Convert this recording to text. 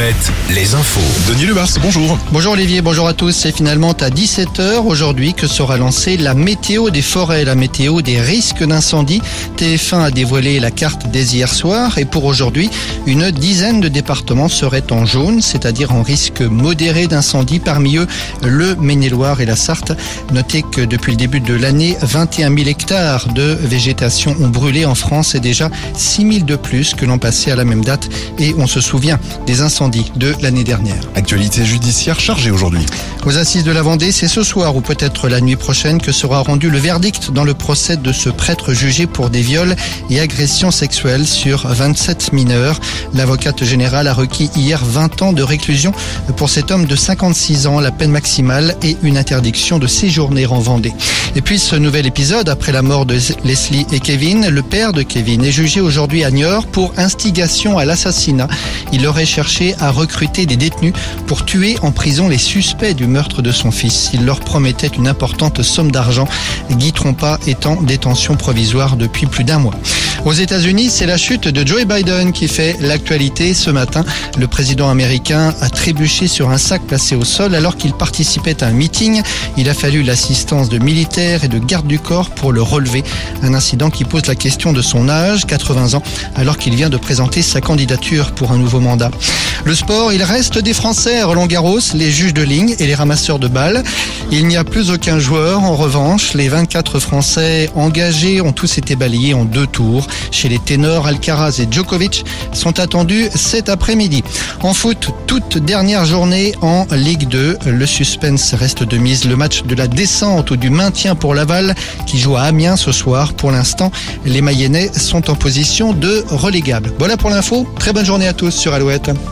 Alouette, les infos. Denis Lebars, bonjour. Bonjour Olivier, bonjour à tous. C'est finalement à 17h aujourd'hui que sera lancée la météo des forêts, la météo des risques d'incendie. TF1 a dévoilé la carte dès hier soir et pour aujourd'hui, une dizaine de départements seraient en jaune, c'est-à-dire en risque modéré d'incendie. Parmi eux, le Maine-et-Loire et la Sarthe. Notez que depuis le début de l'année, 21 000 hectares de végétation ont brûlé en France et déjà 6 000 de plus que l'an passé à la même date. Et on se souvient des incendies de l'année dernière. Actualité judiciaire chargée aujourd'hui. Aux assises de la Vendée, c'est ce soir ou peut-être la nuit prochaine que sera rendu le verdict dans le procès de ce prêtre jugé pour des viols et agressions sexuelles sur 27 mineurs. L'avocate générale a requis hier 20 ans de réclusion pour cet homme de 56 ans, la peine maximale et une interdiction de séjourner en Vendée. Et puis ce nouvel épisode, après la mort de Leslie et Kevin, le père de Kevin est jugé aujourd'hui à Niort pour instigation à l'assassinat. Il aurait cherché à recruter des détenus pour tuer en prison les suspects du meurtre de son fils. Il leur promettait une importante somme d'argent. Guy Trompa est en détention provisoire depuis plus d'un mois. Aux États-Unis, c'est la chute de Joe Biden qui fait l'actualité. Ce matin, le président américain a trébuché sur un sac placé au sol alors qu'il participait à un meeting. Il a fallu l'assistance de militaires et de gardes du corps pour le relever. Un incident qui pose la question de son âge, 80 ans, alors qu'il vient de présenter sa candidature pour un nouveau mandat. Le sport, il reste des Français à Roland-Garros, les juges de ligne et les ramasseurs de balles. Il n'y a plus aucun joueur. En revanche, les 24 Français engagés ont tous été balayés en 2 tours. Chez les ténors, Alcaraz et Djokovic sont attendus cet après-midi. En foot, toute dernière journée en Ligue 2. Le suspense reste de mise. Le match de la descente ou du maintien pour Laval qui joue à Amiens ce soir. Pour l'instant, les Mayennais sont en position de relégable. Voilà pour l'info. Très bonne journée à tous sur Alouette.